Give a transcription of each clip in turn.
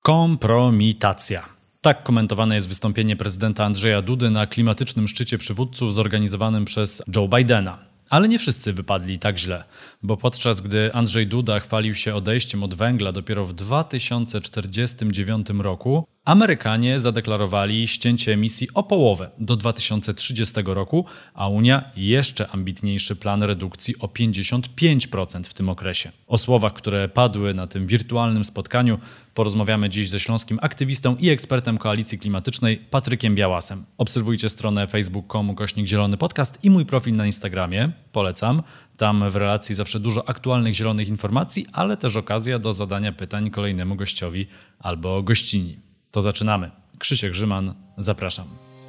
Kompromitacja. Tak komentowane jest wystąpienie prezydenta Andrzeja Dudy na klimatycznym szczycie przywódców zorganizowanym przez Joe Bidena. Ale nie wszyscy wypadli tak źle, bo podczas gdy Andrzej Duda chwalił się odejściem od węgla dopiero w 2049 roku, Amerykanie zadeklarowali ścięcie emisji o połowę do 2030 roku, a Unia jeszcze ambitniejszy plan redukcji o 55% w tym okresie. O słowach, które padły na tym wirtualnym spotkaniu, porozmawiamy dziś ze śląskim aktywistą i ekspertem Koalicji Klimatycznej Patrykiem Białasem. Obserwujcie stronę facebook.com/Zielony Podcast i mój profil na Instagramie. Polecam. Tam w relacji zawsze dużo aktualnych zielonych informacji, ale też okazja do zadania pytań kolejnemu gościowi albo gościni. To zaczynamy. Krzysiek Grzyman, zapraszam.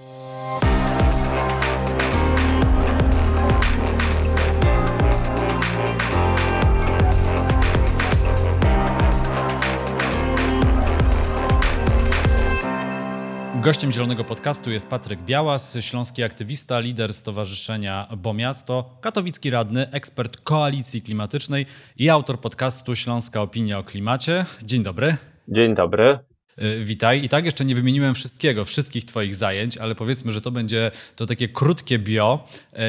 Gościem Zielonego Podcastu jest Patryk Białas, śląski aktywista, lider Stowarzyszenia Bo Miasto, katowicki radny, ekspert Koalicji Klimatycznej i autor podcastu Śląska Opinia o Klimacie. Dzień dobry. Dzień dobry. Witaj. I tak jeszcze nie wymieniłem wszystkich twoich zajęć, ale powiedzmy, że to będzie to takie krótkie bio,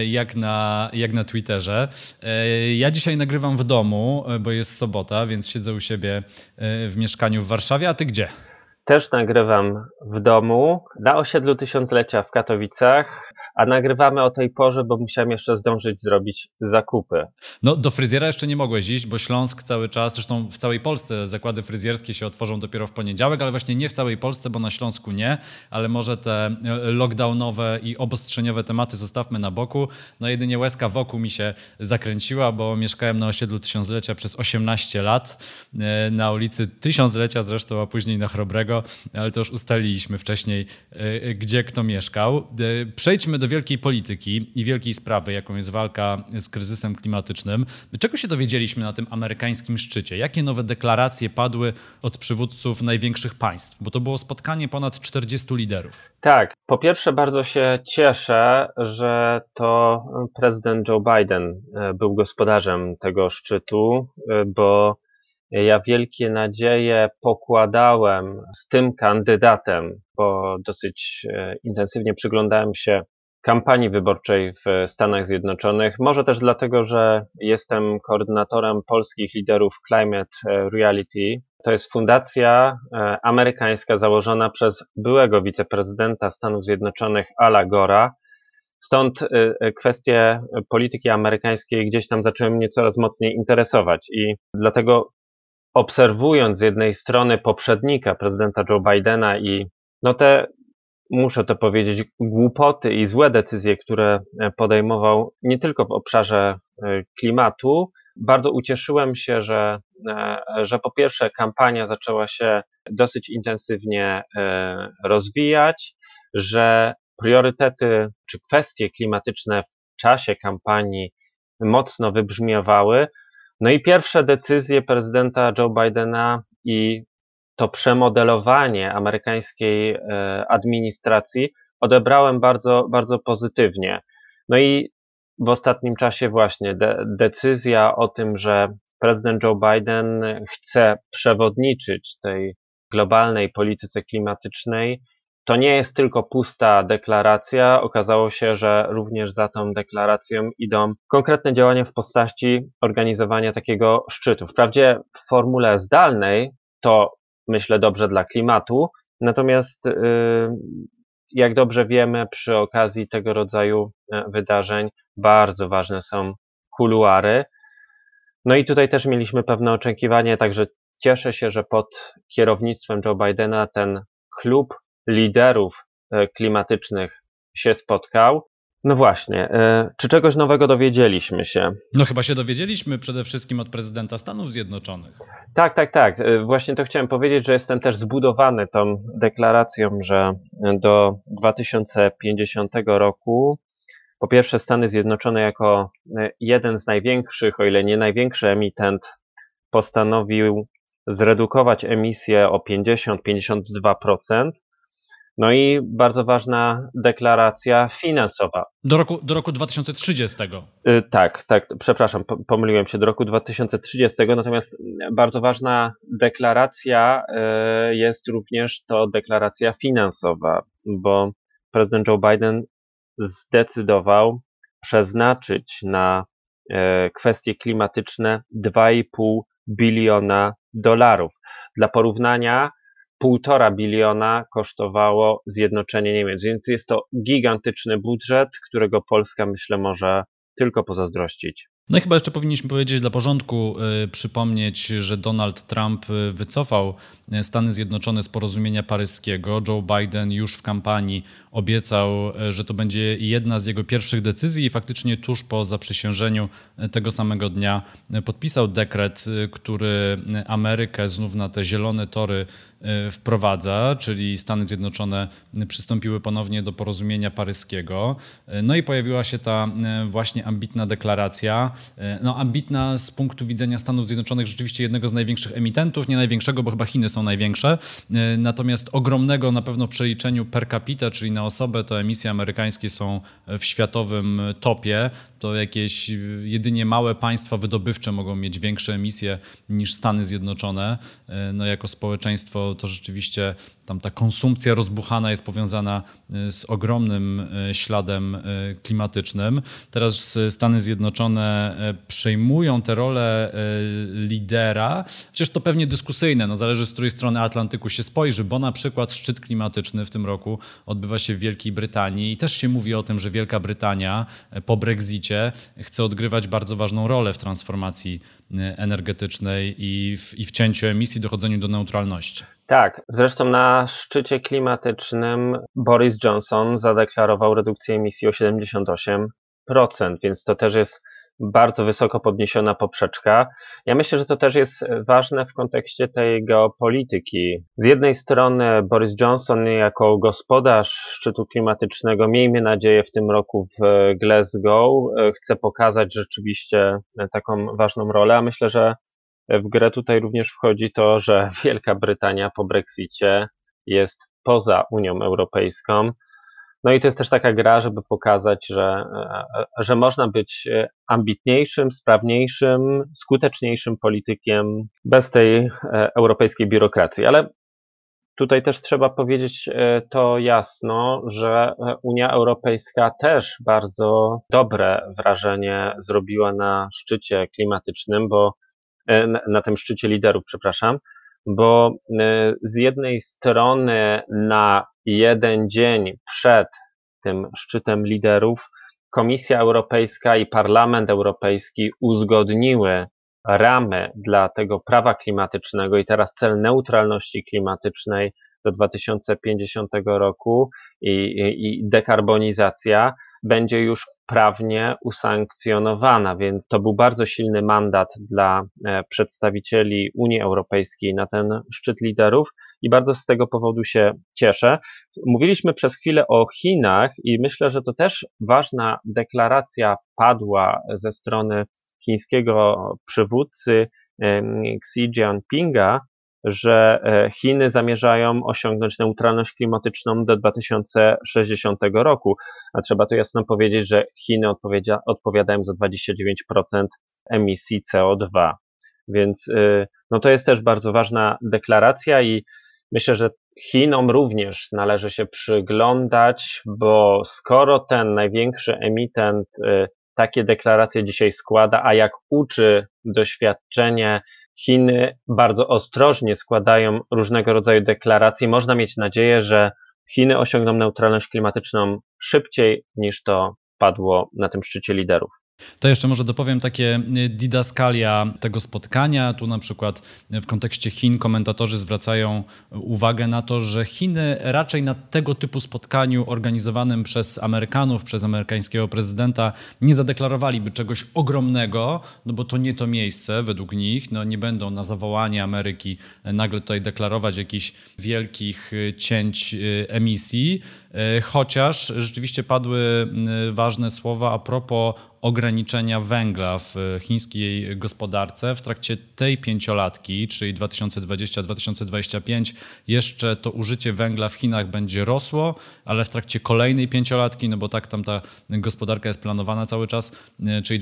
jak na Twitterze. Ja dzisiaj nagrywam w domu, bo jest sobota, więc siedzę u siebie w mieszkaniu w Warszawie, a ty gdzie? Też nagrywam w domu, na osiedlu Tysiąclecia w Katowicach, a nagrywamy o tej porze, bo musiałem jeszcze zdążyć zrobić zakupy. No, do fryzjera jeszcze nie mogłeś iść, bo Śląsk cały czas, zresztą w całej Polsce zakłady fryzjerskie się otworzą dopiero w poniedziałek, ale właśnie nie w całej Polsce, bo na Śląsku nie, ale może te lockdownowe i obostrzeniowe tematy zostawmy na boku. No jedynie łezka wokół mi się zakręciła, bo mieszkałem na osiedlu Tysiąclecia przez 18 lat, na ulicy Tysiąclecia zresztą, a później na Chrobrego, ale to już ustaliliśmy wcześniej, gdzie kto mieszkał. Przejdźmy do wielkiej polityki i wielkiej sprawy, jaką jest walka z kryzysem klimatycznym. Czego się dowiedzieliśmy na tym amerykańskim szczycie? Jakie nowe deklaracje padły od przywódców największych państw? Bo to było spotkanie ponad 40 liderów. Tak, po pierwsze bardzo się cieszę, że to prezydent Joe Biden był gospodarzem tego szczytu, bo ja wielkie nadzieje pokładałem z tym kandydatem, bo dosyć intensywnie przyglądałem się kampanii wyborczej w Stanach Zjednoczonych. Może też dlatego, że jestem koordynatorem polskich liderów Climate Reality. To jest fundacja amerykańska założona przez byłego wiceprezydenta Stanów Zjednoczonych Ala Gore'a. Stąd kwestie polityki amerykańskiej gdzieś tam zaczęły mnie coraz mocniej interesować i dlatego obserwując z jednej strony poprzednika prezydenta Joe Bidena i te, muszę to powiedzieć, głupoty i złe decyzje, które podejmował nie tylko w obszarze klimatu, bardzo ucieszyłem się, że po pierwsze kampania zaczęła się dosyć intensywnie rozwijać, że priorytety czy kwestie klimatyczne w czasie kampanii mocno wybrzmiewały. No i pierwsze decyzje prezydenta Joe Bidena i to przemodelowanie amerykańskiej administracji odebrałem bardzo, bardzo pozytywnie. No i w ostatnim czasie właśnie decyzja o tym, że prezydent Joe Biden chce przewodniczyć tej globalnej polityce klimatycznej, to nie jest tylko pusta deklaracja. Okazało się, że również za tą deklaracją idą konkretne działania w postaci organizowania takiego szczytu. Wprawdzie w formule zdalnej, to myślę dobrze dla klimatu, natomiast jak dobrze wiemy, przy okazji tego rodzaju wydarzeń bardzo ważne są kuluary. No i tutaj też mieliśmy pewne oczekiwania, także cieszę się, że pod kierownictwem Joe Bidena ten klub liderów klimatycznych się spotkał. No właśnie, czy czegoś nowego dowiedzieliśmy się? No chyba się dowiedzieliśmy przede wszystkim od prezydenta Stanów Zjednoczonych. Tak. Właśnie to chciałem powiedzieć, że jestem też zbudowany tą deklaracją, że do 2050 roku po pierwsze Stany Zjednoczone jako jeden z największych, o ile nie największy emitent, postanowił zredukować emisję o 50-52%. No i bardzo ważna deklaracja finansowa. Do roku 2030. Tak, przepraszam, pomyliłem się, do roku 2030, natomiast bardzo ważna deklaracja jest również to deklaracja finansowa, bo prezydent Joe Biden zdecydował przeznaczyć na kwestie klimatyczne $2,5 biliona. Dla porównania 1,5 biliona kosztowało zjednoczenie Niemiec, więc jest to gigantyczny budżet, którego Polska, myślę, może tylko pozazdrościć. No i chyba jeszcze powinniśmy powiedzieć dla porządku, przypomnieć, że Donald Trump wycofał Stany Zjednoczone z porozumienia paryskiego. Joe Biden już w kampanii obiecał, że to będzie jedna z jego pierwszych decyzji i faktycznie tuż po zaprzysiężeniu tego samego dnia podpisał dekret, który Amerykę znów na te zielone tory wprowadza, czyli Stany Zjednoczone przystąpiły ponownie do porozumienia paryskiego. No i pojawiła się ta właśnie ambitna deklaracja. No ambitna z punktu widzenia Stanów Zjednoczonych, rzeczywiście jednego z największych emitentów, nie największego, bo chyba Chiny są największe, natomiast ogromnego na pewno w przeliczeniu per capita, czyli na osobę, to emisje amerykańskie są w światowym topie. To jakieś jedynie małe państwa wydobywcze mogą mieć większe emisje niż Stany Zjednoczone. No jako społeczeństwo to rzeczywiście tam ta konsumpcja rozbuchana jest powiązana z ogromnym śladem klimatycznym. Teraz Stany Zjednoczone przejmują tę rolę lidera, chociaż to pewnie dyskusyjne, no zależy z której strony Atlantyku się spojrzy, bo na przykład szczyt klimatyczny w tym roku odbywa się w Wielkiej Brytanii i też się mówi o tym, że Wielka Brytania po Brexicie chce odgrywać bardzo ważną rolę w transformacji energetycznej i w cięciu emisji, dochodzeniu do neutralności. Tak, zresztą na szczycie klimatycznym Boris Johnson zadeklarował redukcję emisji o 78%, więc to też jest bardzo wysoko podniesiona poprzeczka. Ja myślę, że to też jest ważne w kontekście tej geopolityki. Z jednej strony Boris Johnson jako gospodarz szczytu klimatycznego, miejmy nadzieję w tym roku w Glasgow, chce pokazać rzeczywiście taką ważną rolę, a myślę, że w grę tutaj również wchodzi to, że Wielka Brytania po Brexicie jest poza Unią Europejską. No i to jest też taka gra, żeby pokazać, że można być ambitniejszym, sprawniejszym, skuteczniejszym politykiem bez tej europejskiej biurokracji. Ale tutaj też trzeba powiedzieć to jasno, że Unia Europejska też bardzo dobre wrażenie zrobiła na szczycie klimatycznym, na tym szczycie liderów, przepraszam, bo z jednej strony na jeden dzień przed tym szczytem liderów Komisja Europejska i Parlament Europejski uzgodniły ramy dla tego prawa klimatycznego i teraz cel neutralności klimatycznej do 2050 roku i dekarbonizacja będzie już prawnie usankcjonowana, więc to był bardzo silny mandat dla przedstawicieli Unii Europejskiej na ten szczyt liderów i bardzo z tego powodu się cieszę. Mówiliśmy przez chwilę o Chinach i myślę, że to też ważna deklaracja padła ze strony chińskiego przywódcy Xi Jinpinga, że Chiny zamierzają osiągnąć neutralność klimatyczną do 2060 roku, a trzeba tu jasno powiedzieć, że Chiny odpowiadają za 29% emisji CO2. Więc no to jest też bardzo ważna deklaracja i myślę, że Chinom również należy się przyglądać, bo skoro ten największy emitent takie deklaracje dzisiaj składa, a jak uczy doświadczenie, Chiny bardzo ostrożnie składają różnego rodzaju deklaracje. Można mieć nadzieję, że Chiny osiągną neutralność klimatyczną szybciej niż to padło na tym szczycie liderów. To jeszcze może dopowiem takie didaskalia tego spotkania. Tu na przykład w kontekście Chin komentatorzy zwracają uwagę na to, że Chiny raczej na tego typu spotkaniu organizowanym przez Amerykanów, przez amerykańskiego prezydenta nie zadeklarowaliby czegoś ogromnego, no bo to nie to miejsce według nich. No nie będą na zawołanie Ameryki nagle tutaj deklarować jakichś wielkich cięć emisji, chociaż rzeczywiście padły ważne słowa a propos ograniczenia węgla w chińskiej gospodarce. W trakcie tej pięciolatki, czyli 2020-2025, jeszcze to użycie węgla w Chinach będzie rosło, ale w trakcie kolejnej pięciolatki, no bo tak tam ta gospodarka jest planowana cały czas, czyli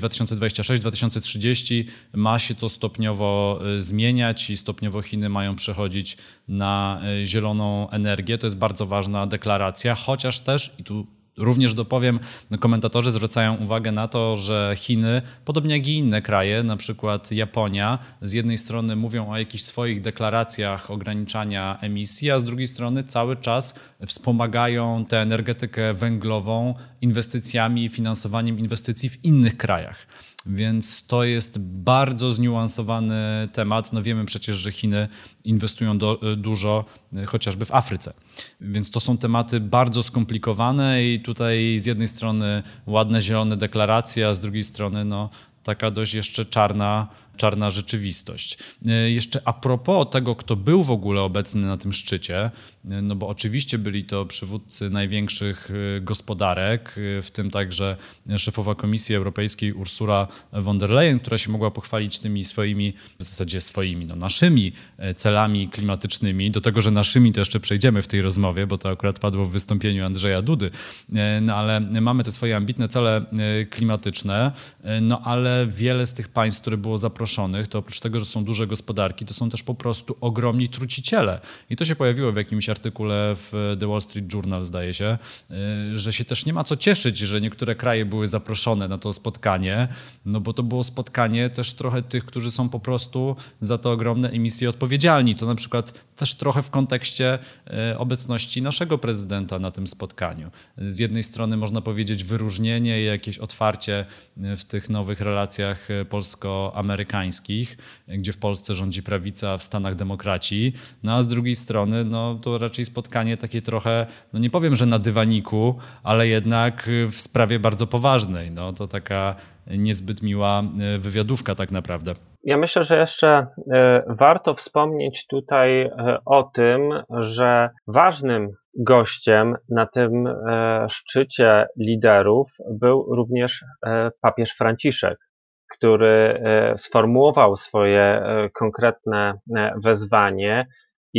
2026-2030, ma się to stopniowo zmieniać i stopniowo Chiny mają przechodzić na zieloną energię. To jest bardzo ważna deklaracja, chociaż też, i tu również dopowiem, komentatorzy zwracają uwagę na to, że Chiny, podobnie jak i inne kraje, na przykład Japonia, z jednej strony mówią o jakichś swoich deklaracjach ograniczania emisji, a z drugiej strony cały czas wspomagają tę energetykę węglową inwestycjami i finansowaniem inwestycji w innych krajach. Więc to jest bardzo zniuansowany temat. No wiemy przecież, że Chiny inwestują dużo chociażby w Afryce. Więc to są tematy bardzo skomplikowane i tutaj z jednej strony ładne zielone deklaracje, a z drugiej strony no, taka dość jeszcze czarna rzeczywistość. Jeszcze a propos tego, kto był w ogóle obecny na tym szczycie, no bo oczywiście byli to przywódcy największych gospodarek, w tym także szefowa Komisji Europejskiej Ursula von der Leyen, która się mogła pochwalić tymi swoimi, w zasadzie swoimi, no naszymi celami klimatycznymi. Do tego, że naszymi to jeszcze przejdziemy w tej rozmowie, bo to akurat padło w wystąpieniu Andrzeja Dudy, no ale mamy te swoje ambitne cele klimatyczne, no ale wiele z tych państw, które było zaproszonych, to oprócz tego, że są duże gospodarki, to są też po prostu ogromni truciciele. I to się pojawiło w jakimś artykule w The Wall Street Journal, zdaje się, że się też nie ma co cieszyć, że niektóre kraje były zaproszone na to spotkanie, no bo to było spotkanie też trochę tych, którzy są po prostu za te ogromne emisje odpowiedzialni. To na przykład też trochę w kontekście obecności naszego prezydenta na tym spotkaniu. Z jednej strony można powiedzieć wyróżnienie i jakieś otwarcie w tych nowych relacjach polsko-amerykańskich, gdzie w Polsce rządzi prawica, a w Stanach demokraci, no a z drugiej strony no to raczej spotkanie takie trochę, no nie powiem, że na dywaniku, ale jednak w sprawie bardzo poważnej. No to taka niezbyt miła wywiadówka tak naprawdę. Ja myślę, że jeszcze warto wspomnieć tutaj o tym, że ważnym gościem na tym szczycie liderów był również papież Franciszek, który sformułował swoje konkretne wezwanie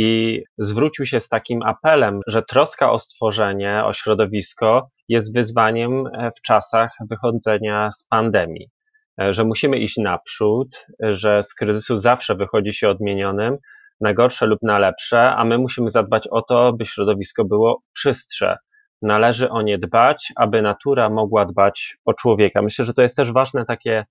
i zwrócił się z takim apelem, że troska o stworzenie, o środowisko jest wyzwaniem w czasach wychodzenia z pandemii, że musimy iść naprzód, że z kryzysu zawsze wychodzi się odmienionym, na gorsze lub na lepsze, a my musimy zadbać o to, by środowisko było czystsze. Należy o nie dbać, aby natura mogła dbać o człowieka. Myślę, że to jest też ważne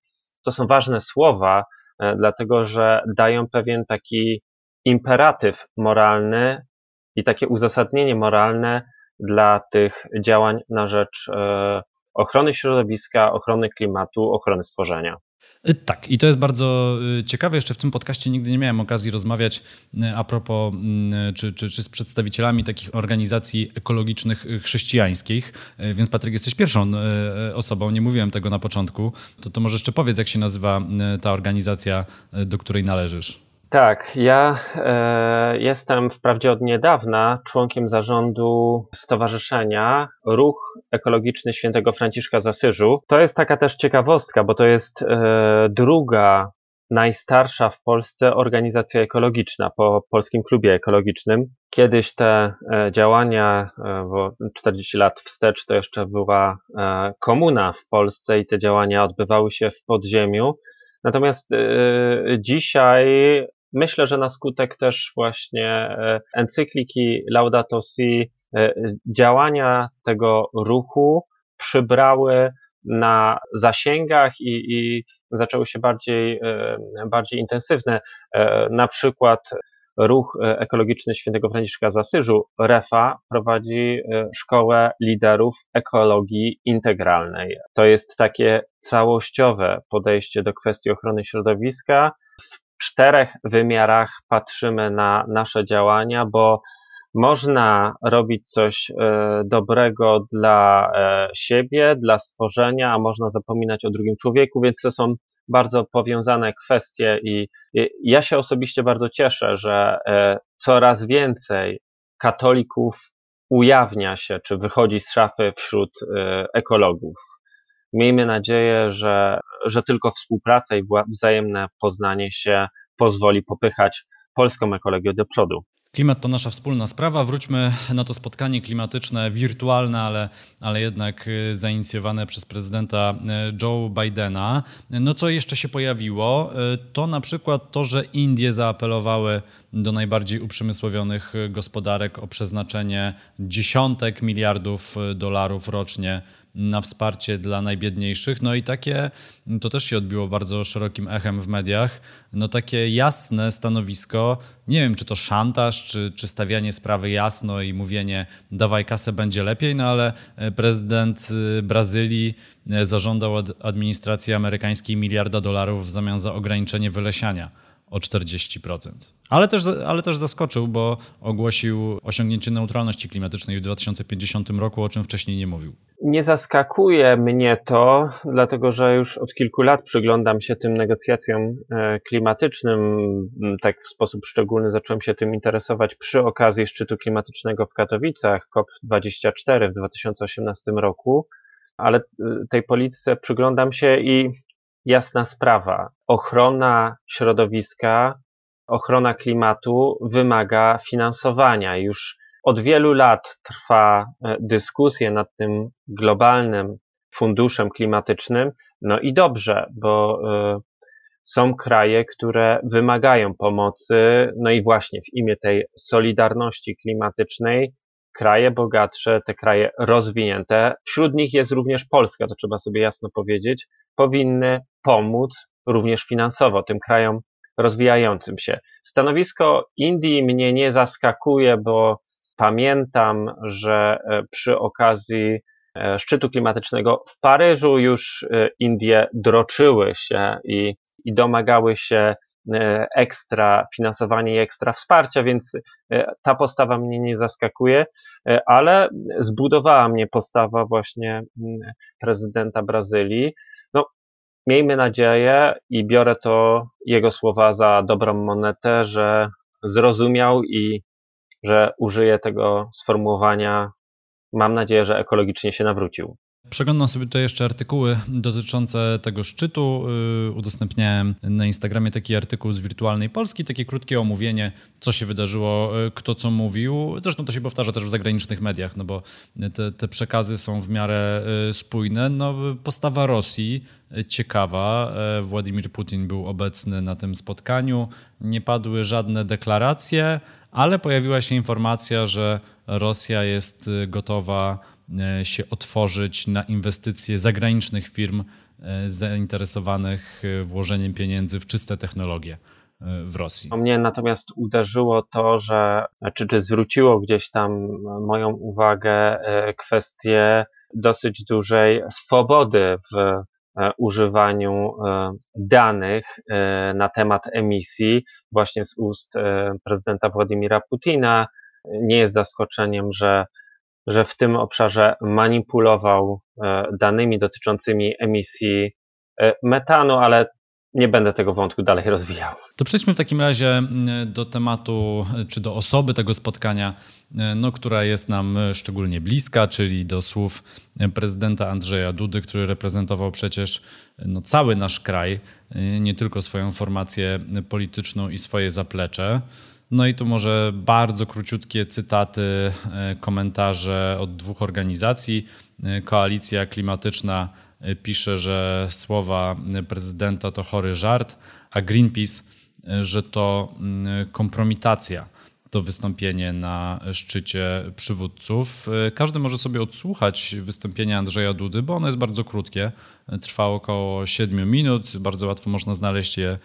to są ważne słowa, dlatego że dają pewien taki imperatyw moralny i takie uzasadnienie moralne dla tych działań na rzecz ochrony środowiska, ochrony klimatu, ochrony stworzenia. Tak, i to jest bardzo ciekawe. Jeszcze w tym podcaście nigdy nie miałem okazji rozmawiać a propos czy z przedstawicielami takich organizacji ekologicznych chrześcijańskich, więc Patryk, jesteś pierwszą osobą, nie mówiłem tego na początku, to może jeszcze powiedz, jak się nazywa ta organizacja, do której należysz. Tak, ja jestem wprawdzie od niedawna członkiem zarządu Stowarzyszenia Ruch Ekologiczny Świętego Franciszka z Asyżu. To jest taka też ciekawostka, bo to jest druga najstarsza w Polsce organizacja ekologiczna po Polskim Klubie Ekologicznym. Kiedyś te działania, bo 40 lat wstecz to jeszcze była komuna w Polsce i te działania odbywały się w podziemiu. Natomiast dzisiaj myślę, że na skutek też właśnie encykliki Laudato Si działania tego ruchu przybrały na zasięgach i zaczęły się bardziej intensywne. Na przykład Ruch Ekologiczny Świętego Franciszka z Asyżu, REFA, prowadzi szkołę liderów ekologii integralnej. To jest takie całościowe podejście do kwestii ochrony środowiska. W 4 wymiarach patrzymy na nasze działania, bo można robić coś dobrego dla siebie, dla stworzenia, a można zapominać o drugim człowieku, więc to są bardzo powiązane kwestie i ja się osobiście bardzo cieszę, że coraz więcej katolików ujawnia się, czy wychodzi z szafy wśród ekologów. miejmy nadzieję, że tylko współpraca i wzajemne poznanie się pozwoli popychać polską ekologię do przodu. Klimat to nasza wspólna sprawa. Wróćmy na to spotkanie klimatyczne, wirtualne, ale jednak zainicjowane przez prezydenta Joe Bidena. No co jeszcze się pojawiło? To na przykład to, że Indie zaapelowały do najbardziej uprzemysłowionych gospodarek o przeznaczenie dziesiątek miliardów dolarów rocznie na wsparcie dla najbiedniejszych. No i to też się odbiło bardzo szerokim echem w mediach, no takie jasne stanowisko, nie wiem czy to szantaż, czy stawianie sprawy jasno i mówienie dawaj kasę, będzie lepiej, no ale prezydent Brazylii zażądał od administracji amerykańskiej miliarda dolarów w zamian za ograniczenie wylesiania o 40%. Ale też zaskoczył, bo ogłosił osiągnięcie neutralności klimatycznej w 2050 roku, o czym wcześniej nie mówił. Nie zaskakuje mnie to, dlatego że już od kilku lat przyglądam się tym negocjacjom klimatycznym. Tak w sposób szczególny zacząłem się tym interesować przy okazji szczytu klimatycznego w Katowicach COP24 w 2018 roku, ale tej polityce przyglądam się i jasna sprawa. Ochrona środowiska, ochrona klimatu wymaga finansowania. Już od wielu lat trwa dyskusja nad tym globalnym funduszem klimatycznym. No i dobrze, bo są kraje, które wymagają pomocy, no i właśnie w imię tej solidarności klimatycznej kraje bogatsze, te kraje rozwinięte, wśród nich jest również Polska, to trzeba sobie jasno powiedzieć, powinny pomóc również finansowo tym krajom rozwijającym się. Stanowisko Indii mnie nie zaskakuje, bo pamiętam, że przy okazji szczytu klimatycznego w Paryżu już Indie droczyły się i domagały się ekstra finansowania i ekstra wsparcia, więc ta postawa mnie nie zaskakuje, ale zbudowała mnie postawa właśnie prezydenta Brazylii. No, miejmy nadzieję i biorę to jego słowa za dobrą monetę, że zrozumiał i że użyje tego sformułowania, mam nadzieję, że ekologicznie się nawrócił. Przeglądam sobie tutaj jeszcze artykuły dotyczące tego szczytu. Udostępniałem na Instagramie taki artykuł z Wirtualnej Polski, takie krótkie omówienie, co się wydarzyło, kto co mówił. Zresztą to się powtarza też w zagranicznych mediach, no bo te przekazy są w miarę spójne. No, postawa Rosji ciekawa. Władimir Putin był obecny na tym spotkaniu. Nie padły żadne deklaracje, ale pojawiła się informacja, że Rosja jest gotowa się otworzyć na inwestycje zagranicznych firm zainteresowanych włożeniem pieniędzy w czyste technologie w Rosji. Mnie natomiast uderzyło to, że, czy zwróciło gdzieś tam moją uwagę kwestię dosyć dużej swobody w używaniu danych na temat emisji właśnie z ust prezydenta Władimira Putina. Nie jest zaskoczeniem, że w tym obszarze manipulował danymi dotyczącymi emisji metanu, ale nie będę tego wątku dalej rozwijał. To przejdźmy w takim razie do tematu, czy do osoby tego spotkania, która jest nam szczególnie bliska, czyli do słów prezydenta Andrzeja Dudy, który reprezentował przecież cały nasz kraj, nie tylko swoją formację polityczną i swoje zaplecze. No i tu może bardzo króciutkie cytaty, komentarze od dwóch organizacji. Koalicja Klimatyczna pisze, że słowa prezydenta to chory żart, a Greenpeace, że to kompromitacja, to wystąpienie na szczycie przywódców. Każdy może sobie odsłuchać wystąpienie Andrzeja Dudy, bo ono jest bardzo krótkie. Trwa około 7 minut. Bardzo łatwo można znaleźć je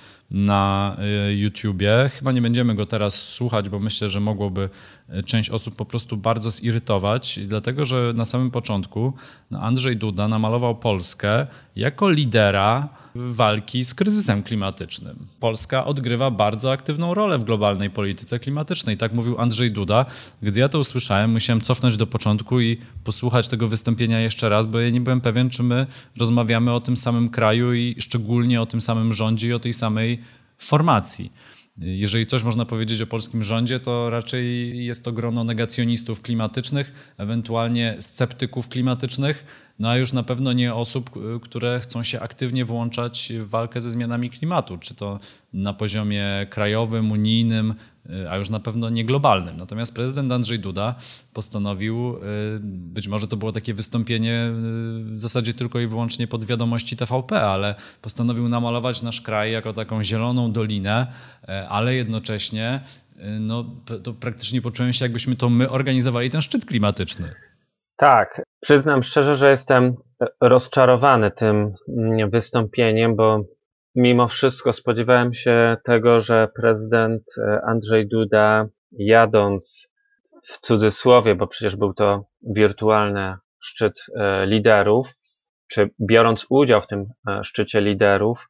na YouTubie. Chyba nie będziemy go teraz słuchać, bo myślę, że mogłoby część osób po prostu bardzo zirytować, dlatego że na samym początku Andrzej Duda namalował Polskę jako lidera walki z kryzysem klimatycznym. Polska odgrywa bardzo aktywną rolę w globalnej polityce klimatycznej. Tak mówił Andrzej Duda. Gdy ja to usłyszałem, musiałem cofnąć do początku i posłuchać tego wystąpienia jeszcze raz, bo ja nie byłem pewien, czy my rozmawiamy o tym samym kraju i szczególnie o tym samym rządzie i o tej samej formacji. Jeżeli coś można powiedzieć o polskim rządzie, to raczej jest to grono negacjonistów klimatycznych, ewentualnie sceptyków klimatycznych, no a już na pewno nie osób, które chcą się aktywnie włączać w walkę ze zmianami klimatu, czy to na poziomie krajowym, unijnym, a już na pewno nie globalnym. Natomiast prezydent Andrzej Duda postanowił, być może to było takie wystąpienie w zasadzie tylko i wyłącznie pod wiadomości TVP, ale postanowił namalować nasz kraj jako taką zieloną dolinę, ale jednocześnie no, to praktycznie poczułem się, jakbyśmy to my organizowali ten szczyt klimatyczny. Tak, przyznam szczerze, że jestem rozczarowany tym wystąpieniem, bo mimo wszystko spodziewałem się tego, że prezydent Andrzej Duda, jadąc w cudzysłowie, bo przecież był to wirtualny szczyt liderów, czy biorąc udział w tym szczycie liderów,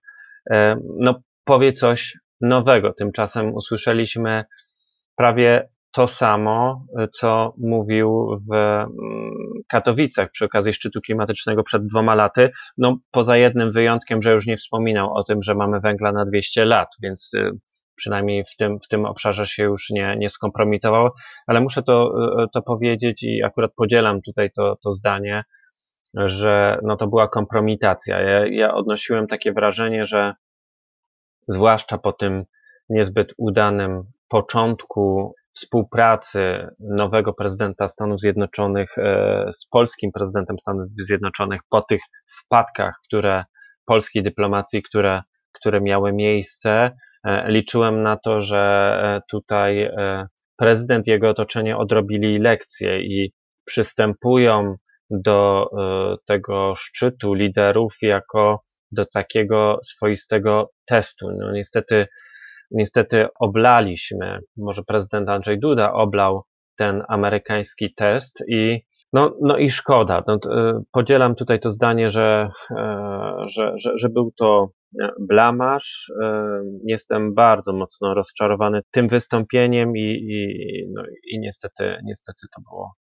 no powie coś nowego. Tymczasem usłyszeliśmy prawie to samo, co mówił w Katowicach przy okazji szczytu klimatycznego przed 2 laty. No, poza jednym wyjątkiem, że już nie wspominał o tym, że mamy węgla na 200 lat, więc przynajmniej w tym obszarze się już nie skompromitował, ale muszę to powiedzieć i akurat podzielam tutaj to zdanie, że no to była kompromitacja. Ja odnosiłem takie wrażenie, że zwłaszcza po tym niezbyt udanym początku współpracy nowego prezydenta Stanów Zjednoczonych z polskim prezydentem Stanów Zjednoczonych, po tych wpadkach, polskiej dyplomacji, które miały miejsce, liczyłem na to, że tutaj prezydent i jego otoczenie odrobili lekcję i przystępują do tego szczytu liderów jako do takiego swoistego testu. No niestety oblaliśmy, może prezydent Andrzej Duda oblał ten amerykański test no i szkoda. Podzielam tutaj to zdanie, że był to blamaż. Jestem bardzo mocno rozczarowany tym wystąpieniem i niestety to było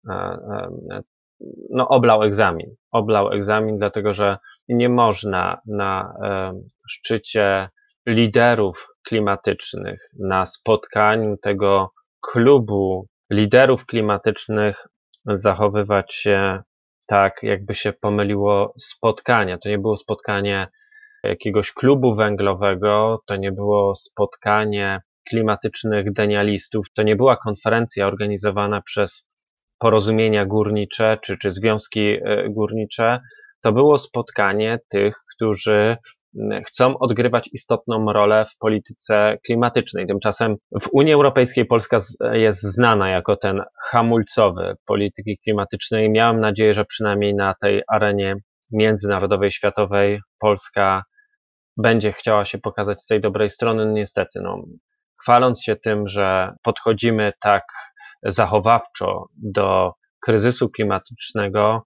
oblał egzamin, dlatego że nie można na szczycie liderów klimatycznych, na spotkaniu tego klubu liderów klimatycznych zachowywać się tak, jakby się pomyliło spotkania. To nie było spotkanie jakiegoś klubu węglowego, to nie było spotkanie klimatycznych denialistów, to nie była konferencja organizowana przez porozumienia górnicze czy związki górnicze, to było spotkanie tych, którzy chcą odgrywać istotną rolę w polityce klimatycznej. Tymczasem w Unii Europejskiej Polska jest znana jako ten hamulcowy polityki klimatycznej. Miałem nadzieję, że przynajmniej na tej arenie międzynarodowej, światowej Polska będzie chciała się pokazać z tej dobrej strony. Niestety, chwaląc się tym, że podchodzimy tak zachowawczo do kryzysu klimatycznego,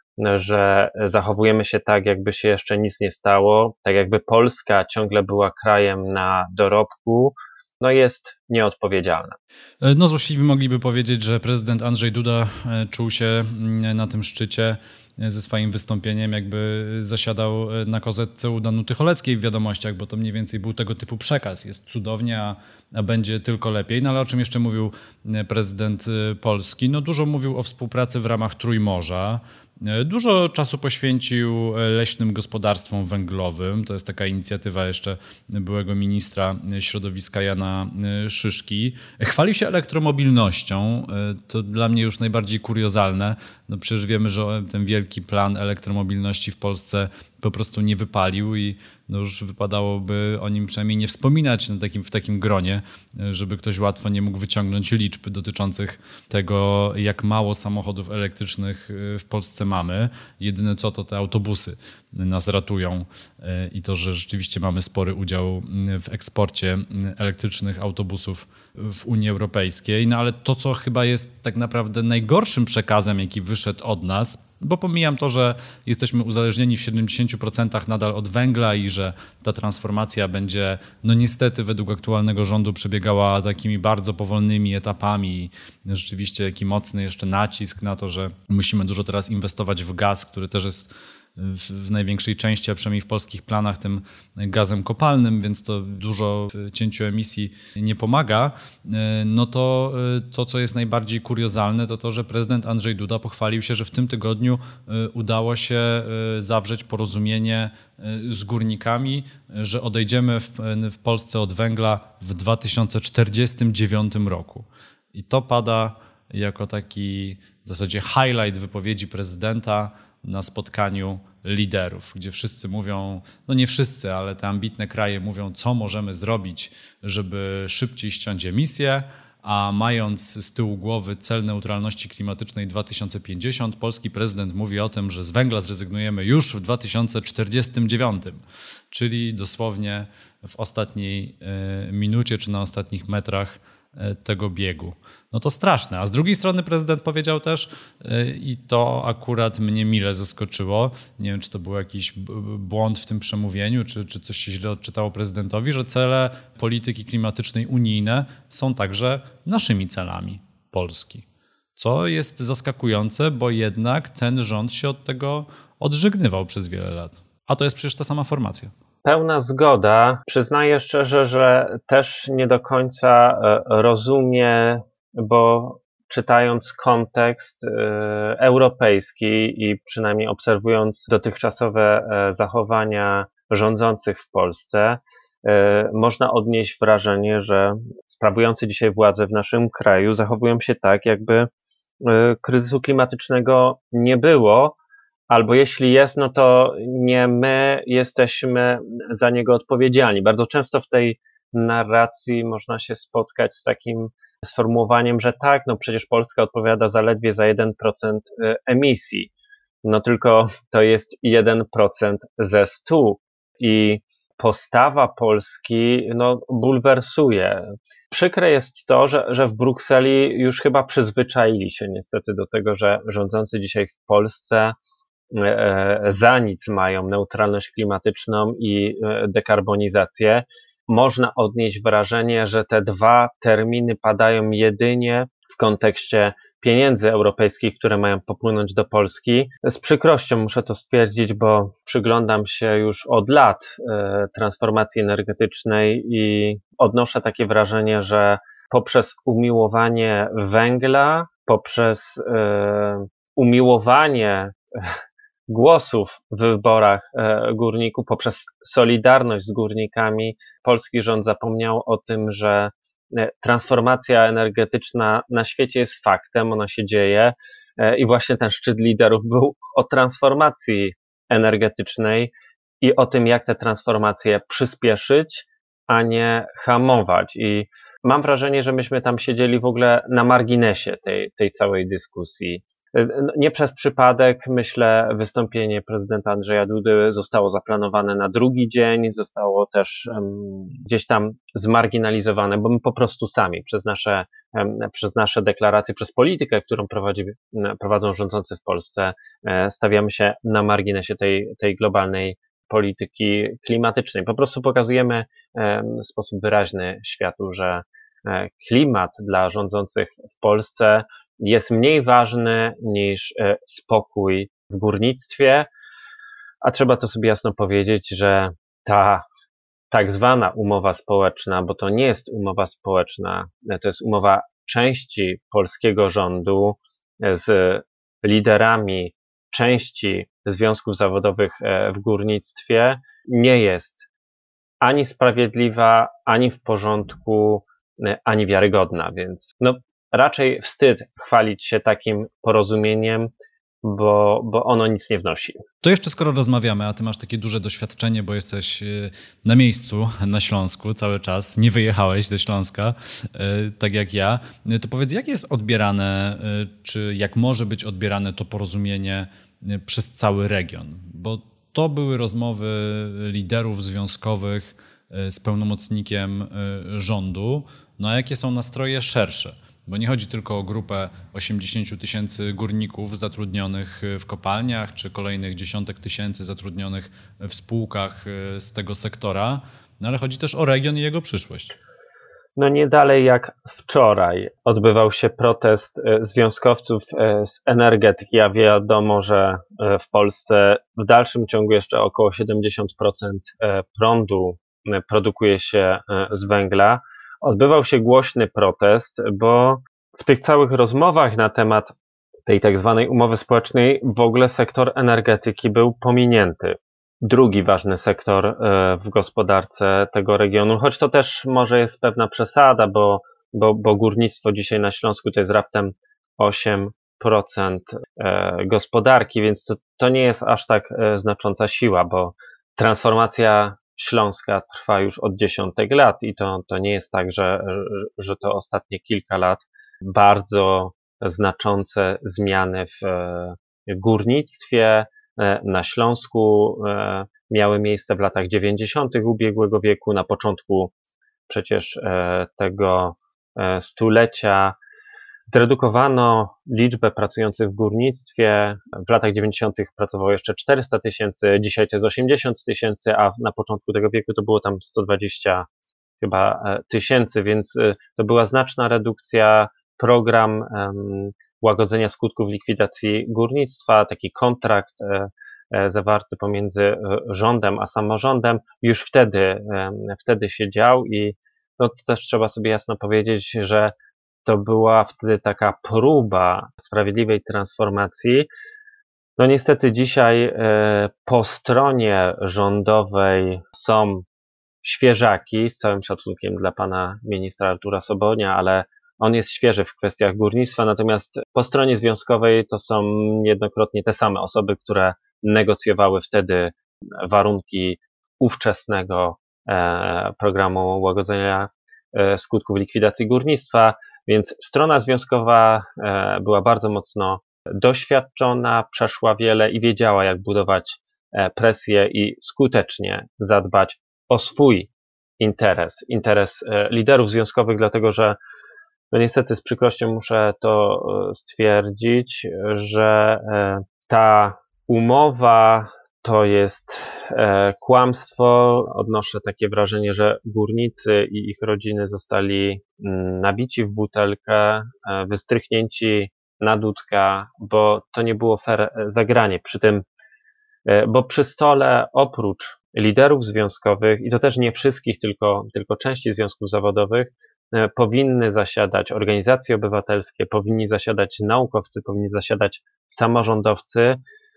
że zachowujemy się tak, jakby się jeszcze nic nie stało, tak jakby Polska ciągle była krajem na dorobku, jest nieodpowiedzialna. Złośliwi mogliby powiedzieć, że prezydent Andrzej Duda czuł się na tym szczycie ze swoim wystąpieniem, jakby zasiadał na kozetce u Danuty Choleckiej w Wiadomościach, bo to mniej więcej był tego typu przekaz. Jest cudownie, a będzie tylko lepiej. No ale o czym jeszcze mówił prezydent Polski? Dużo mówił o współpracy w ramach Trójmorza. Dużo czasu poświęcił leśnym gospodarstwom węglowym. To jest taka inicjatywa jeszcze byłego ministra środowiska Jana Szyszki. Chwalił się elektromobilnością. To dla mnie już najbardziej kuriozalne. Przecież wiemy, że ten wielki plan elektromobilności w Polsce po prostu nie wypalił i już wypadałoby o nim przynajmniej nie wspominać w takim gronie, żeby ktoś łatwo nie mógł wyciągnąć liczb dotyczących tego, jak mało samochodów elektrycznych w Polsce mamy. Jedyne co, to te autobusy nas ratują i to, że rzeczywiście mamy spory udział w eksporcie elektrycznych autobusów w Unii Europejskiej. Ale to, co chyba jest tak naprawdę najgorszym przekazem, jaki wyszedł od nas, bo pomijam to, że jesteśmy uzależnieni w 70% nadal od węgla i że ta transformacja będzie, niestety według aktualnego rządu przebiegała takimi bardzo powolnymi etapami. Rzeczywiście jaki mocny jeszcze nacisk na to, że musimy dużo teraz inwestować w gaz, który też jest w największej części, a przynajmniej w polskich planach, tym gazem kopalnym, więc to dużo w cięciu emisji nie pomaga. No to, co jest najbardziej kuriozalne, to to, że prezydent Andrzej Duda pochwalił się, że w tym tygodniu udało się zawrzeć porozumienie z górnikami, że odejdziemy w Polsce od węgla w 2049 roku. I to pada jako taki w zasadzie highlight wypowiedzi prezydenta na spotkaniu liderów, gdzie wszyscy mówią, no nie wszyscy, ale te ambitne kraje mówią, co możemy zrobić, żeby szybciej ściąć emisje, a mając z tyłu głowy cel neutralności klimatycznej 2050, polski prezydent mówi o tym, że z węgla zrezygnujemy już w 2049, czyli dosłownie w ostatniej minucie czy na ostatnich metrach tego biegu. No to straszne. A z drugiej strony prezydent powiedział też, i to akurat mnie mile zaskoczyło, nie wiem, czy to był jakiś błąd w tym przemówieniu, czy coś się źle odczytało prezydentowi, że cele polityki klimatycznej unijne są także naszymi celami Polski. Co jest zaskakujące, bo jednak ten rząd się od tego odżegnywał przez wiele lat. A to jest przecież ta sama formacja. Pełna zgoda. Przyznaję szczerze, że też nie do końca rozumie, bo czytając kontekst europejski i przynajmniej obserwując dotychczasowe zachowania rządzących w Polsce, można odnieść wrażenie, że sprawujący dzisiaj władzę w naszym kraju zachowują się tak, jakby kryzysu klimatycznego nie było, albo jeśli jest, no to nie my jesteśmy za niego odpowiedzialni. Bardzo często w tej narracji można się spotkać z takim sformułowaniem, że tak, no przecież Polska odpowiada zaledwie za 1% emisji. No tylko to jest 1% ze 100 i postawa Polski no, bulwersuje. Przykre jest to, że w Brukseli już chyba przyzwyczaili się niestety do tego, że rządzący dzisiaj w Polsce za nic mają neutralność klimatyczną i dekarbonizację. Można odnieść wrażenie, że te dwa terminy padają jedynie w kontekście pieniędzy europejskich, które mają popłynąć do Polski. Z przykrością muszę to stwierdzić, bo przyglądam się już od lat transformacji energetycznej i odnoszę takie wrażenie, że poprzez umiłowanie węgla, poprzez umiłowanie głosów w wyborach górników, poprzez solidarność z górnikami, polski rząd zapomniał o tym, że transformacja energetyczna na świecie jest faktem, ona się dzieje i właśnie ten szczyt liderów był o transformacji energetycznej i o tym, jak tę transformację przyspieszyć, a nie hamować. I mam wrażenie, że myśmy tam siedzieli w ogóle na marginesie tej całej dyskusji. Nie przez przypadek, myślę, wystąpienie prezydenta Andrzeja Dudy zostało zaplanowane na drugi dzień, zostało też gdzieś tam zmarginalizowane, bo my po prostu sami przez nasze deklaracje, przez politykę, którą prowadzą rządzący w Polsce, stawiamy się na marginesie tej globalnej polityki klimatycznej. Po prostu pokazujemy w sposób wyraźny światu, że klimat dla rządzących w Polsce jest mniej ważny niż spokój w górnictwie, a trzeba to sobie jasno powiedzieć, że ta tak zwana umowa społeczna, bo to nie jest umowa społeczna, to jest umowa części polskiego rządu z liderami części związków zawodowych w górnictwie, nie jest ani sprawiedliwa, ani w porządku, ani wiarygodna, więc no, raczej wstyd chwalić się takim porozumieniem, bo ono nic nie wnosi. To jeszcze skoro rozmawiamy, a ty masz takie duże doświadczenie, bo jesteś na miejscu na Śląsku cały czas, nie wyjechałeś ze Śląska, tak jak ja, to powiedz, jak jest odbierane, czy jak może być odbierane to porozumienie przez cały region? Bo to były rozmowy liderów związkowych z pełnomocnikiem rządu. No a jakie są nastroje szersze? Bo nie chodzi tylko o grupę 80 000 górników zatrudnionych w kopalniach, czy kolejnych dziesiątek tysięcy zatrudnionych w spółkach z tego sektora, no ale chodzi też o region i jego przyszłość. No nie dalej jak wczoraj odbywał się protest związkowców z energetyki, a wiadomo, że w Polsce w dalszym ciągu jeszcze około 70% prądu produkuje się z węgla. Odbywał się głośny protest, bo w tych całych rozmowach na temat tej tak zwanej umowy społecznej w ogóle sektor energetyki był pominięty. Drugi ważny sektor w gospodarce tego regionu, choć to też może jest pewna przesada, bo górnictwo dzisiaj na Śląsku to jest raptem 8% gospodarki, więc to nie jest aż tak znacząca siła, bo transformacja Śląska trwa już od dziesiątek lat i to nie jest tak, że to ostatnie kilka lat bardzo znaczące zmiany w górnictwie na Śląsku miały miejsce w latach 90. ubiegłego wieku, na początku przecież tego stulecia. Zredukowano liczbę pracujących w górnictwie. W latach 90. pracowało jeszcze 400 000, dzisiaj to jest 80 000, a na początku tego wieku to było tam 120 chyba tysięcy, więc to była znaczna redukcja. Program łagodzenia skutków likwidacji górnictwa, taki kontrakt zawarty pomiędzy rządem a samorządem już wtedy się dział i no to też trzeba sobie jasno powiedzieć, że to była wtedy taka próba sprawiedliwej transformacji. No niestety dzisiaj po stronie rządowej są świeżaki, z całym szacunkiem dla pana ministra Artura Sobonia, ale on jest świeży w kwestiach górnictwa, natomiast po stronie związkowej to są niejednokrotnie te same osoby, które negocjowały wtedy warunki ówczesnego programu łagodzenia skutków likwidacji górnictwa, więc strona związkowa była bardzo mocno doświadczona, przeszła wiele i wiedziała, jak budować presję i skutecznie zadbać o swój interes liderów związkowych, dlatego że no niestety z przykrością muszę to stwierdzić, że ta umowa to jest kłamstwo. Odnoszę takie wrażenie, że górnicy i ich rodziny zostali nabici w butelkę, wystrychnięci na dudka, bo to nie było fair zagranie. Przy tym, bo przy stole oprócz liderów związkowych, i to też nie wszystkich, tylko części związków zawodowych, powinny zasiadać organizacje obywatelskie, powinni zasiadać naukowcy, powinni zasiadać samorządowcy,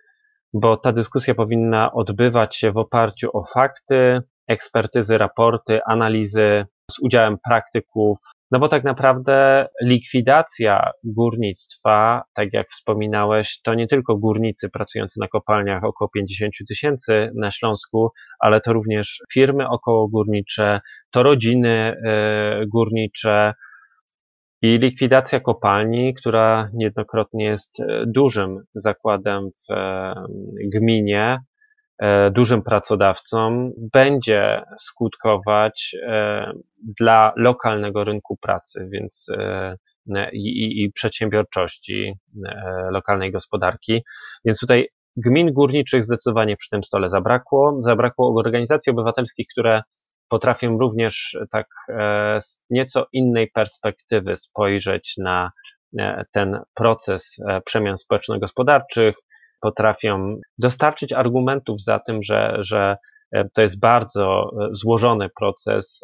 bo ta dyskusja powinna odbywać się w oparciu o fakty, ekspertyzy, raporty, analizy z udziałem praktyków, no bo tak naprawdę likwidacja górnictwa, tak jak wspominałeś, to nie tylko górnicy pracujący na kopalniach, około 50 000 na Śląsku, ale to również firmy okołogórnicze, to rodziny górnicze i likwidacja kopalni, która niejednokrotnie jest dużym zakładem w gminie, dużym pracodawcą, będzie skutkować dla lokalnego rynku pracy, więc i przedsiębiorczości lokalnej gospodarki. Więc tutaj gmin górniczych zdecydowanie przy tym stole zabrakło. Zabrakło organizacji obywatelskich, które potrafią również tak z nieco innej perspektywy spojrzeć na ten proces przemian społeczno-gospodarczych, potrafią dostarczyć argumentów za tym, że to jest bardzo złożony proces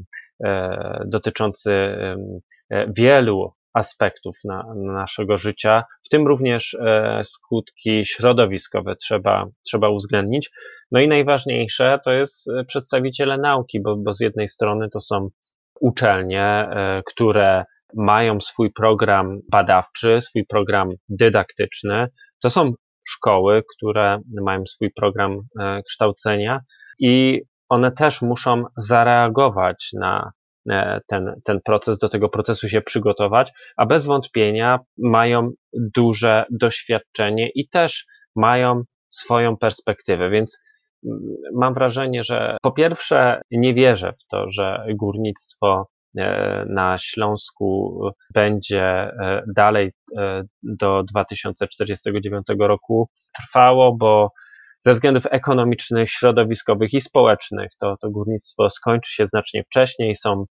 dotyczący wielu aspektów naszego życia, w tym również skutki środowiskowe trzeba uwzględnić. No i najważniejsze to jest przedstawiciele nauki, bo z jednej strony to są uczelnie, które mają swój program badawczy, swój program dydaktyczny, to są szkoły, które mają swój program kształcenia i one też muszą zareagować na ten proces, do tego procesu się przygotować, a bez wątpienia mają duże doświadczenie i też mają swoją perspektywę, więc mam wrażenie, że po pierwsze nie wierzę w to, że górnictwo na Śląsku będzie dalej do 2049 roku trwało, bo ze względów ekonomicznych, środowiskowych i społecznych to górnictwo skończy się znacznie wcześniej. Są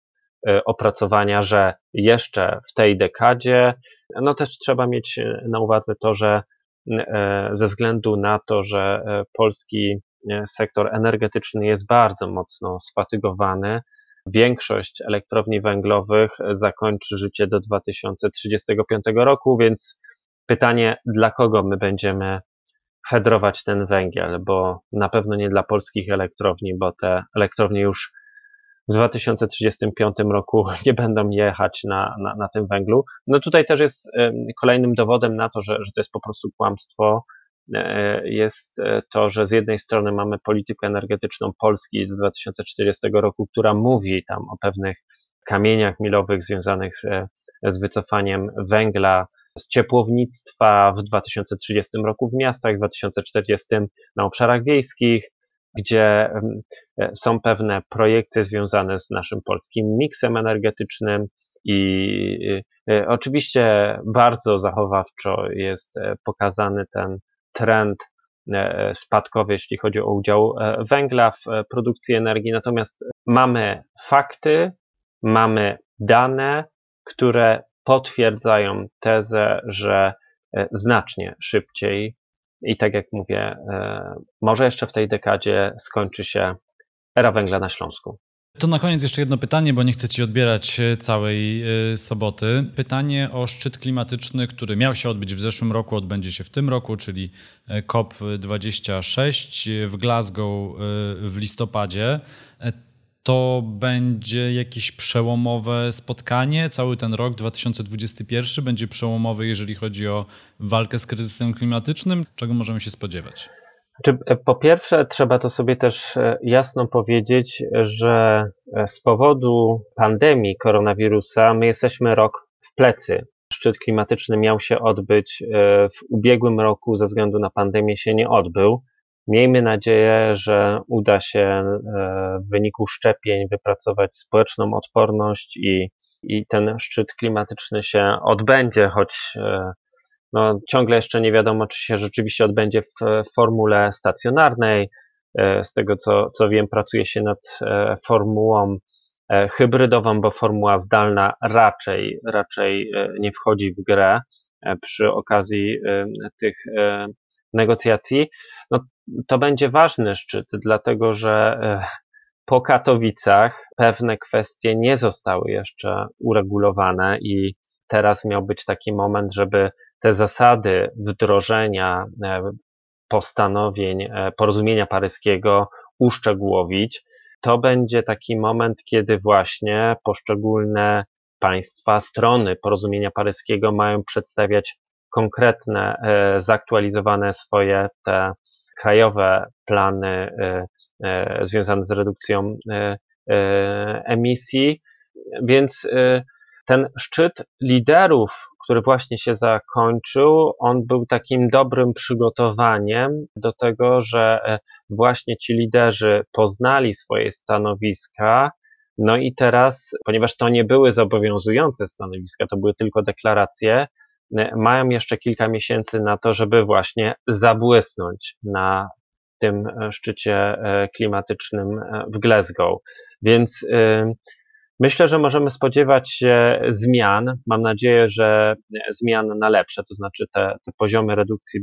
opracowania, że jeszcze w tej dekadzie, no też trzeba mieć na uwadze to, że ze względu na to, że polski sektor energetyczny jest bardzo mocno sfatygowany, większość elektrowni węglowych zakończy życie do 2035 roku, więc pytanie, dla kogo my będziemy fedrować ten węgiel, bo na pewno nie dla polskich elektrowni, bo te elektrownie już w 2035 roku nie będą jechać na tym węglu. No tutaj też jest kolejnym dowodem na to, że to jest po prostu kłamstwo. Jest to, że z jednej strony mamy politykę energetyczną Polski do 2040 roku, która mówi tam o pewnych kamieniach milowych związanych z wycofaniem węgla z ciepłownictwa w 2030 roku w miastach, w 2040 na obszarach wiejskich, gdzie są pewne projekcje związane z naszym polskim miksem energetycznym i oczywiście bardzo zachowawczo jest pokazany ten trend spadkowy, jeśli chodzi o udział węgla w produkcji energii. Natomiast mamy fakty, mamy dane, które potwierdzają tezę, że znacznie szybciej i tak jak mówię, może jeszcze w tej dekadzie skończy się era węgla na Śląsku. To na koniec jeszcze jedno pytanie, bo nie chcę Ci odbierać całej soboty. Pytanie o szczyt klimatyczny, który miał się odbyć w zeszłym roku, odbędzie się w tym roku, czyli COP26 w Glasgow w listopadzie. To będzie jakieś przełomowe spotkanie? Cały ten rok 2021 będzie przełomowy, jeżeli chodzi o walkę z kryzysem klimatycznym? Czego możemy się spodziewać? Po pierwsze, trzeba to sobie też jasno powiedzieć, że z powodu pandemii koronawirusa my jesteśmy rok w plecy. Szczyt klimatyczny miał się odbyć w ubiegłym roku, ze względu na pandemię się nie odbył. Miejmy nadzieję, że uda się w wyniku szczepień wypracować społeczną odporność i ten szczyt klimatyczny się odbędzie, choć no, ciągle jeszcze nie wiadomo, czy się rzeczywiście odbędzie w formule stacjonarnej. Z tego co wiem, pracuje się nad formułą hybrydową, bo formuła zdalna raczej nie wchodzi w grę przy okazji tych negocjacji. No, to będzie ważny szczyt, dlatego że po Katowicach pewne kwestie nie zostały jeszcze uregulowane i teraz miał być taki moment, żeby te zasady wdrożenia postanowień porozumienia paryskiego uszczegółowić. To będzie taki moment, kiedy właśnie poszczególne państwa, strony porozumienia paryskiego mają przedstawiać konkretne, zaktualizowane swoje te krajowe plany związane z redukcją emisji, więc ten szczyt liderów, który właśnie się zakończył, on był takim dobrym przygotowaniem do tego, że właśnie ci liderzy poznali swoje stanowiska, no i teraz, ponieważ to nie były zobowiązujące stanowiska, to były tylko deklaracje, mają jeszcze kilka miesięcy na to, żeby właśnie zabłysnąć na tym szczycie klimatycznym w Glasgow. Więc myślę, że możemy spodziewać się zmian. Mam nadzieję, że zmian na lepsze, to znaczy te poziomy redukcji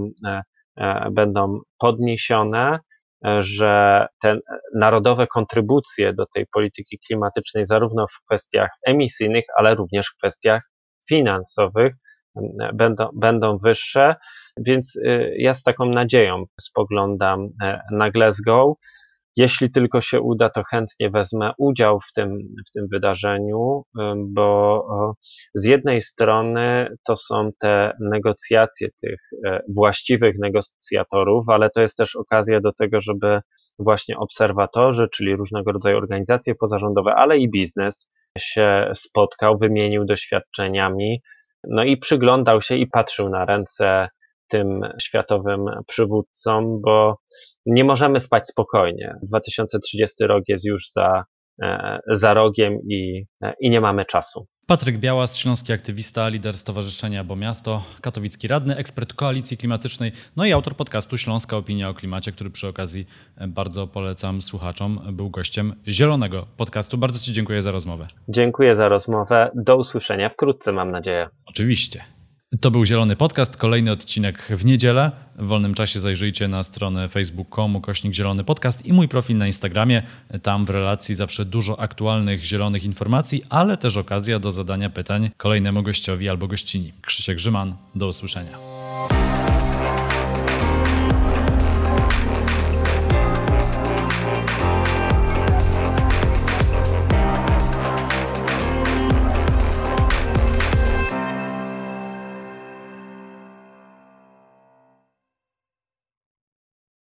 będą podniesione, że te narodowe kontrybucje do tej polityki klimatycznej, zarówno w kwestiach emisyjnych, ale również w kwestiach finansowych, będą wyższe, więc ja z taką nadzieją spoglądam na Glasgow. Jeśli tylko się uda, to chętnie wezmę udział w tym wydarzeniu, bo z jednej strony to są te negocjacje tych właściwych negocjatorów, ale to jest też okazja do tego, żeby właśnie obserwatorzy, czyli różnego rodzaju organizacje pozarządowe, ale i biznes się spotkał, wymienił doświadczeniami, no i przyglądał się i patrzył na ręce tym światowym przywódcom, bo nie możemy spać spokojnie. 2030 rok jest już za za rogiem i nie mamy czasu. Patryk Białas, śląski aktywista, lider Stowarzyszenia Bo Miasto, katowicki radny, ekspert Koalicji Klimatycznej, no i autor podcastu Śląska Opinia o Klimacie, który przy okazji bardzo polecam słuchaczom, był gościem Zielonego Podcastu. Bardzo Ci dziękuję za rozmowę. Dziękuję za rozmowę. Do usłyszenia wkrótce, mam nadzieję. Oczywiście. To był Zielony Podcast, kolejny odcinek w niedzielę. W wolnym czasie zajrzyjcie na stronę facebook.com/Zielony Podcast i mój profil na Instagramie. Tam w relacji zawsze dużo aktualnych zielonych informacji, ale też okazja do zadania pytań kolejnemu gościowi albo gościni. Krzysiek Grzyman, do usłyszenia.